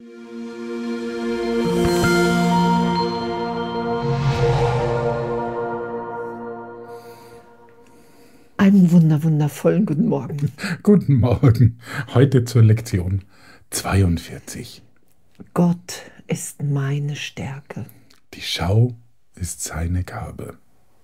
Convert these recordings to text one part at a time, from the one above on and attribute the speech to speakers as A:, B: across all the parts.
A: Einen wundervollen guten Morgen.
B: Guten Morgen. Heute zur Lektion 42.
A: Gott ist meine Stärke.
B: Die Schau ist seine Gabe.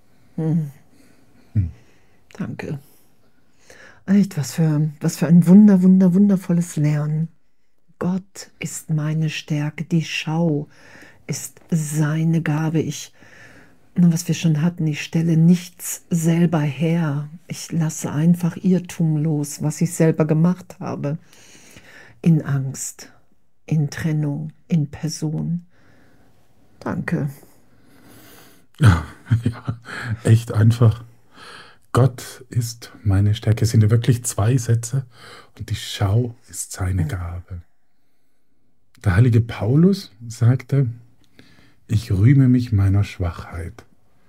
A: Danke. Echt, was für ein wundervolles Lernen. Gott ist meine Stärke. Die Schau ist seine Gabe. Was wir schon hatten, ich stelle nichts selber her. Ich lasse einfach Irrtum los, was ich selber gemacht habe. In Angst, in Trennung, in Person. Danke.
B: Ja, echt einfach. Gott ist meine Stärke. Es sind ja wirklich 2 Sätze und die Schau ist seine Gabe. Der heilige Paulus sagte, ich rühme mich meiner Schwachheit.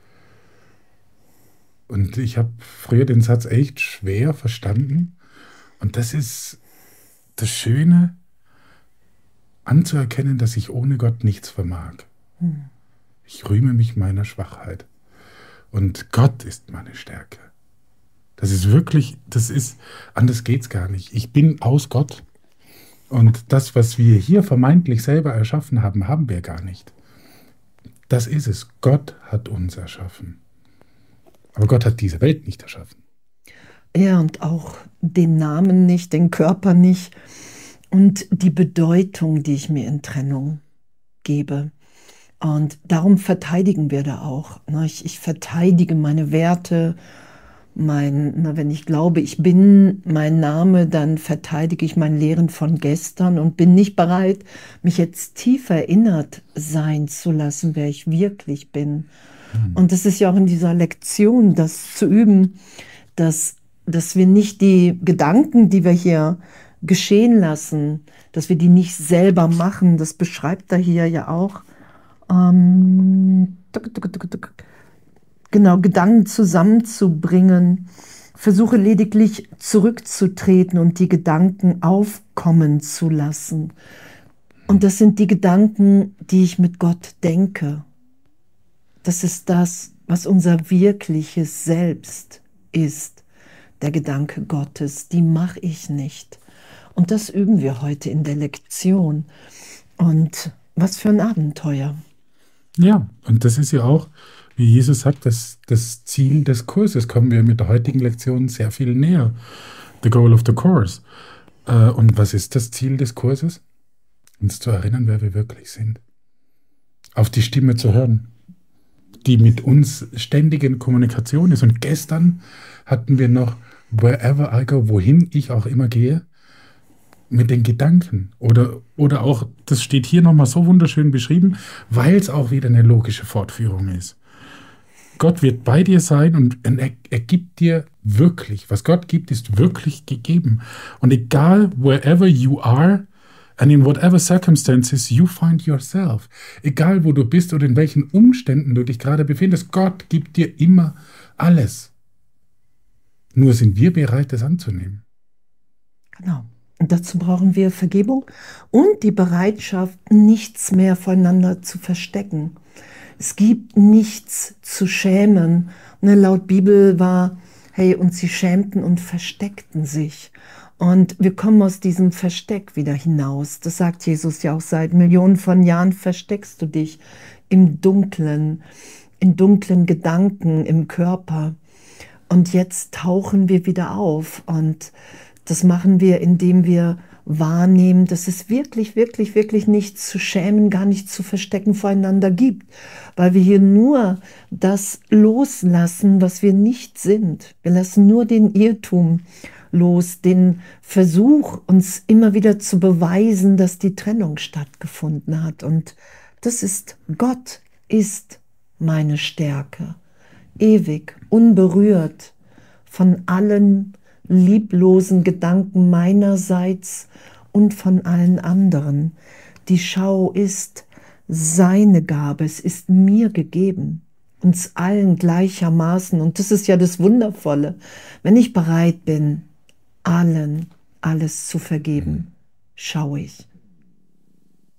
B: Und ich habe früher den Satz echt schwer verstanden. Und das ist das Schöne, anzuerkennen, dass ich ohne Gott nichts vermag. Ich rühme mich meiner Schwachheit. Und Gott ist meine Stärke. Das ist wirklich, anders geht's gar nicht. Ich bin aus Gott. Und das, was wir hier vermeintlich selber erschaffen haben, haben wir gar nicht. Das ist es. Gott hat uns erschaffen. Aber Gott hat diese Welt nicht erschaffen.
A: Ja, und auch den Namen nicht, den Körper nicht und die Bedeutung, die ich mir in Trennung gebe. Und darum verteidigen wir da auch. Ich verteidige meine Werte, wenn ich glaube, ich bin mein Name, dann verteidige ich mein Lehren von gestern und bin nicht bereit, mich jetzt tief erinnert sein zu lassen, wer ich wirklich bin. Und das ist ja auch in dieser Lektion, das zu üben, dass wir nicht die Gedanken, die wir hier geschehen lassen, dass wir die nicht selber machen. Das beschreibt er hier ja auch. Genau, Gedanken zusammenzubringen. Versuche lediglich zurückzutreten und die Gedanken aufkommen zu lassen. Und das sind die Gedanken, die ich mit Gott denke. Das ist das, was unser wirkliches Selbst ist. Der Gedanke Gottes, die mache ich nicht. Und das üben wir heute in der Lektion. Und was für ein Abenteuer.
B: Ja, und das ist ja auch, wie Jesus sagt, das Ziel des Kurses. Kommen wir mit der heutigen Lektion sehr viel näher. The goal of the course. Und was ist das Ziel des Kurses? Uns zu erinnern, wer wir wirklich sind. Auf die Stimme zu hören, die mit uns ständig in Kommunikation ist. Und gestern hatten wir noch wherever I go, wohin ich auch immer gehe, mit den Gedanken. Oder auch, das steht hier nochmal so wunderschön beschrieben, weil es auch wieder eine logische Fortführung ist. Gott wird bei dir sein und er gibt dir wirklich, was Gott gibt, ist wirklich gegeben. Und egal, wherever you are, and in whatever circumstances you find yourself, egal wo du bist oder in welchen Umständen du dich gerade befindest, Gott gibt dir immer alles. Nur sind wir bereit, das anzunehmen.
A: Genau. Und dazu brauchen wir Vergebung und die Bereitschaft, nichts mehr voneinander zu verstecken. Es gibt nichts zu schämen. Laut Bibel war, hey, und sie schämten und versteckten sich. Und wir kommen aus diesem Versteck wieder hinaus. Das sagt Jesus ja auch, seit Millionen von Jahren versteckst du dich im Dunklen, in dunklen Gedanken, im Körper. Und jetzt tauchen wir wieder auf. Und das machen wir, indem wir wahrnehmen, dass es wirklich nichts zu schämen, gar nichts zu verstecken voreinander gibt. Weil wir hier nur das loslassen, was wir nicht sind. Wir lassen nur den Irrtum los, den Versuch, uns immer wieder zu beweisen, dass die Trennung stattgefunden hat. Und das ist, Gott ist meine Stärke. Ewig, unberührt von allen lieblosen Gedanken meinerseits und von allen anderen. Die Schau ist seine Gabe, es ist mir gegeben, uns allen gleichermaßen. Und das ist ja das Wundervolle, wenn ich bereit bin, allen alles zu vergeben, schaue ich.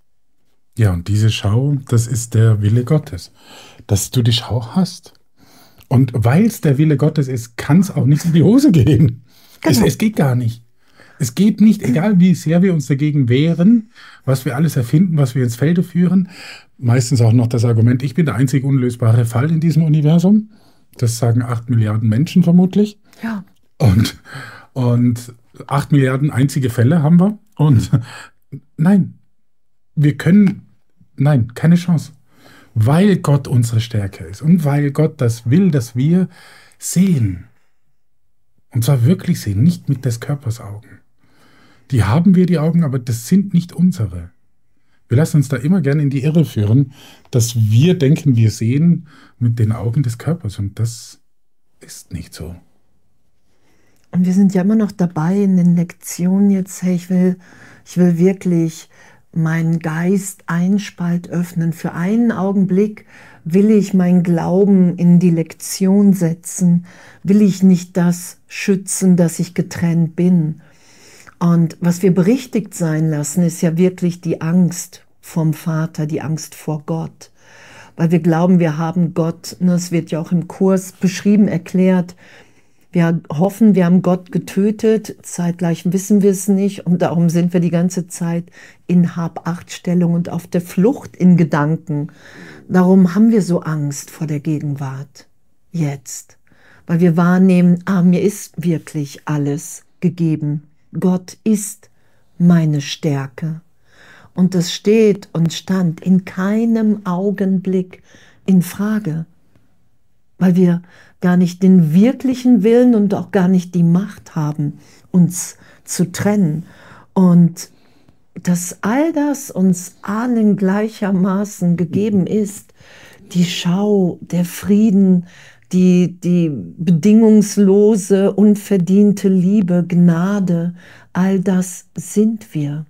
B: Ja, und diese Schau, das ist der Wille Gottes, dass du die Schau hast. Und weil es der Wille Gottes ist, kann es auch nicht in die Hose gehen.
A: Genau.
B: Es geht gar nicht. Es geht nicht, egal wie sehr wir uns dagegen wehren, was wir alles erfinden, was wir ins Felde führen. Meistens auch noch das Argument, ich bin der einzig unlösbare Fall in diesem Universum. Das sagen 8 Milliarden Menschen vermutlich.
A: Ja.
B: Und 8 Milliarden einzige Fälle haben wir. Und nein, nein, keine Chance. Weil Gott unsere Stärke ist und weil Gott das will, dass wir sehen. Und zwar wirklich sehen, nicht mit des Körpers Augen. Die haben wir, die Augen, aber das sind nicht unsere. Wir lassen uns da immer gerne in die Irre führen, dass wir denken, wir sehen mit den Augen des Körpers. Und das ist nicht so.
A: Und wir sind ja immer noch dabei in den Lektionen jetzt, hey, ich will wirklich meinen Geist einen Spalt öffnen. Für einen Augenblick will ich meinen Glauben in die Lektion setzen, will ich nicht das schützen, dass ich getrennt bin. Und was wir berichtigt sein lassen, ist ja wirklich die Angst vom Vater, die Angst vor Gott. Weil wir glauben, wir haben Gott, es wird ja auch im Kurs beschrieben, erklärt, wir hoffen, wir haben Gott getötet, zeitgleich wissen wir es nicht und darum sind wir die ganze Zeit in Hab-Acht-Stellung und auf der Flucht in Gedanken. Darum haben wir so Angst vor der Gegenwart jetzt, weil wir wahrnehmen, mir ist wirklich alles gegeben. Gott ist meine Stärke. Und das steht und stand in keinem Augenblick in Frage, weil wir gar nicht den wirklichen Willen und auch gar nicht die Macht haben, uns zu trennen. Und dass all das uns allen gleichermaßen gegeben ist, die Schau, der Frieden, die bedingungslose, unverdiente Liebe, Gnade, all das sind wir.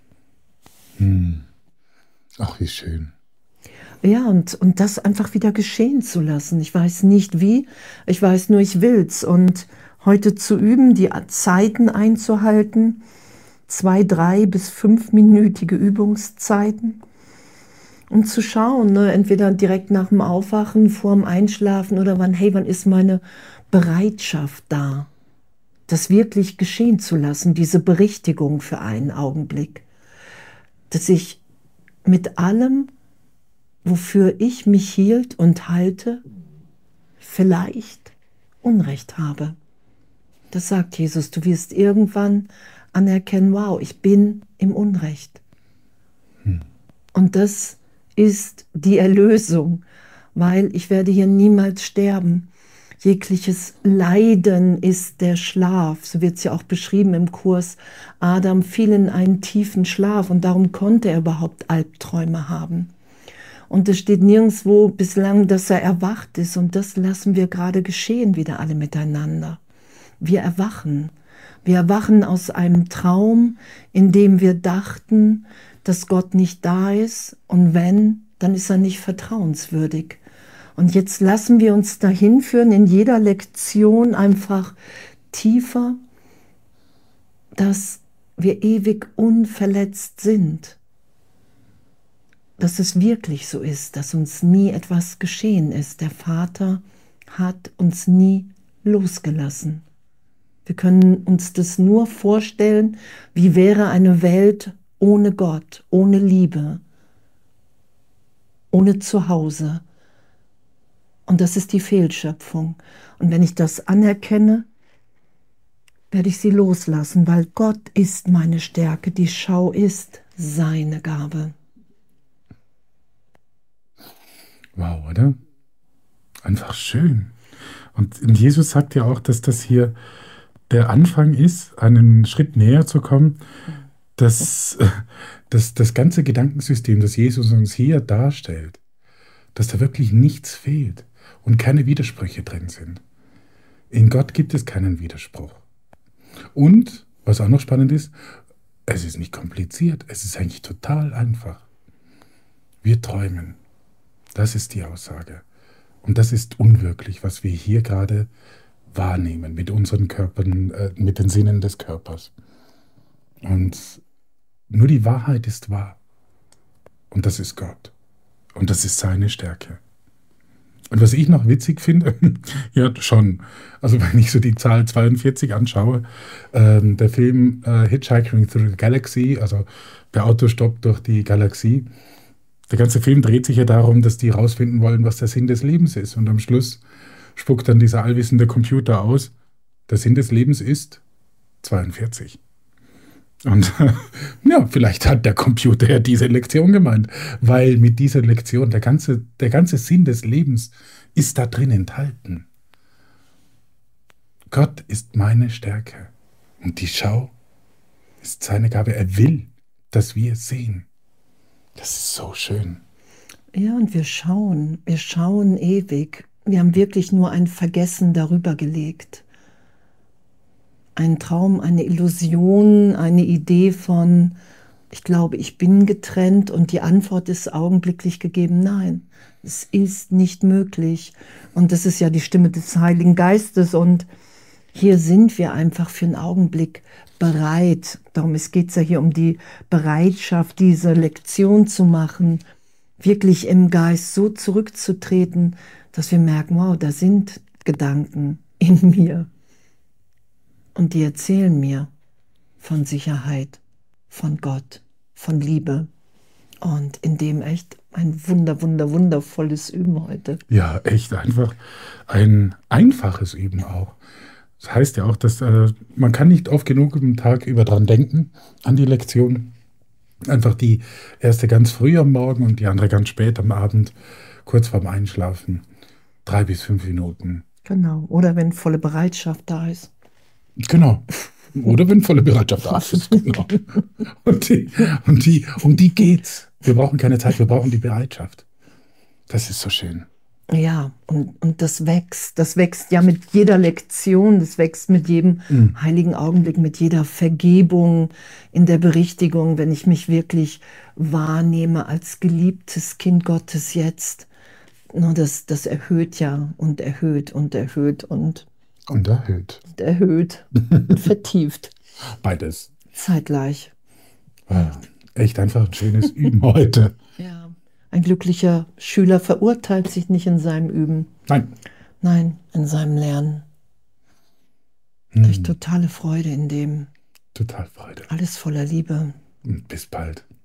B: Ach, wie schön.
A: Ja, und das einfach wieder geschehen zu lassen. Ich weiß nicht wie, ich weiß nur, ich will's. Und heute zu üben, die Zeiten einzuhalten, 2, 3 bis 5-minütige Übungszeiten. Und zu schauen, ne, entweder direkt nach dem Aufwachen, vorm Einschlafen oder wann ist meine Bereitschaft da, das wirklich geschehen zu lassen, diese Berichtigung für einen Augenblick. Dass ich mit allem, wofür ich mich hielt und halte, vielleicht Unrecht habe. Das sagt Jesus, du wirst irgendwann anerkennen, wow, ich bin im Unrecht. Und das ist die Erlösung, weil ich werde hier niemals sterben. Jegliches Leiden ist der Schlaf, so wird es ja auch beschrieben im Kurs. Adam fiel in einen tiefen Schlaf und darum konnte er überhaupt Albträume haben. Und es steht nirgendwo bislang, dass er erwacht ist und das lassen wir gerade geschehen, wieder alle miteinander. Wir erwachen. Wir erwachen aus einem Traum, in dem wir dachten, dass Gott nicht da ist und wenn, dann ist er nicht vertrauenswürdig. Und jetzt lassen wir uns dahin führen, in jeder Lektion einfach tiefer, dass wir ewig unverletzt sind. Dass es wirklich so ist, dass uns nie etwas geschehen ist. Der Vater hat uns nie losgelassen. Wir können uns das nur vorstellen, wie wäre eine Welt ohne Gott, ohne Liebe, ohne Zuhause. Und das ist die Fehlschöpfung. Und wenn ich das anerkenne, werde ich sie loslassen, weil Gott ist meine Stärke, die Schau ist seine Gabe.
B: Wow, oder? Einfach schön. Und Jesus sagt ja auch, dass das hier der Anfang ist, einen Schritt näher zu kommen, dass das ganze Gedankensystem, das Jesus uns hier darstellt, dass da wirklich nichts fehlt und keine Widersprüche drin sind. In Gott gibt es keinen Widerspruch. Und, was auch noch spannend ist, es ist nicht kompliziert, es ist eigentlich total einfach. Wir träumen. Das ist die Aussage. Und das ist unwirklich, was wir hier gerade wahrnehmen mit unseren Körpern, mit den Sinnen des Körpers. Und nur die Wahrheit ist wahr. Und das ist Gott. Und das ist seine Stärke. Und was ich noch witzig finde, ja schon, also wenn ich so die Zahl 42 anschaue, der Film Hitchhiking Through the Galaxy, also der Autostopp durch die Galaxie, der ganze Film dreht sich ja darum, dass die herausfinden wollen, was der Sinn des Lebens ist. Und am Schluss spuckt dann dieser allwissende Computer aus, der Sinn des Lebens ist 42. Und ja, vielleicht hat der Computer ja diese Lektion gemeint, weil mit dieser Lektion der ganze Sinn des Lebens ist da drin enthalten. Gott ist meine Stärke und die Schau ist seine Gabe. Er will, dass wir es sehen. Das ist so schön.
A: Ja, und wir schauen ewig. Wir haben wirklich nur ein Vergessen darüber gelegt. Ein Traum, eine Illusion, eine Idee von, ich glaube, ich bin getrennt und die Antwort ist augenblicklich gegeben, nein, es ist nicht möglich. Und das ist ja die Stimme des Heiligen Geistes und hier sind wir einfach für einen Augenblick bereit. Darum geht es ja hier um die Bereitschaft, diese Lektion zu machen, wirklich im Geist so zurückzutreten, dass wir merken, wow, da sind Gedanken in mir. Und die erzählen mir von Sicherheit, von Gott, von Liebe. Und in dem echt ein wundervolles Üben heute.
B: Ja, echt einfach ein einfaches Üben auch. Das heißt ja auch, dass man kann nicht oft genug am Tag über dran denken, an die Lektion. Einfach die erste ganz früh am Morgen und die andere ganz spät am Abend, kurz vorm Einschlafen. 3 bis 5 Minuten.
A: Genau, oder wenn volle Bereitschaft da ist.
B: Genau. Oder wenn volle Bereitschaft da ist. Genau. Um die geht's. Wir brauchen keine Zeit, wir brauchen die Bereitschaft. Das ist so schön.
A: Ja, und das wächst ja mit jeder Lektion, das wächst mit jedem heiligen Augenblick, mit jeder Vergebung in der Berichtigung, wenn ich mich wirklich wahrnehme als geliebtes Kind Gottes jetzt. Das erhöht ja und erhöht und erhöht und erhöht und vertieft.
B: Beides.
A: Zeitgleich.
B: Ja, echt einfach ein schönes Üben heute.
A: Ja. Ein glücklicher Schüler verurteilt sich nicht in seinem Üben. Nein, in seinem Lernen. Durch totale Freude in dem.
B: Total Freude.
A: Alles voller Liebe.
B: Und bis bald.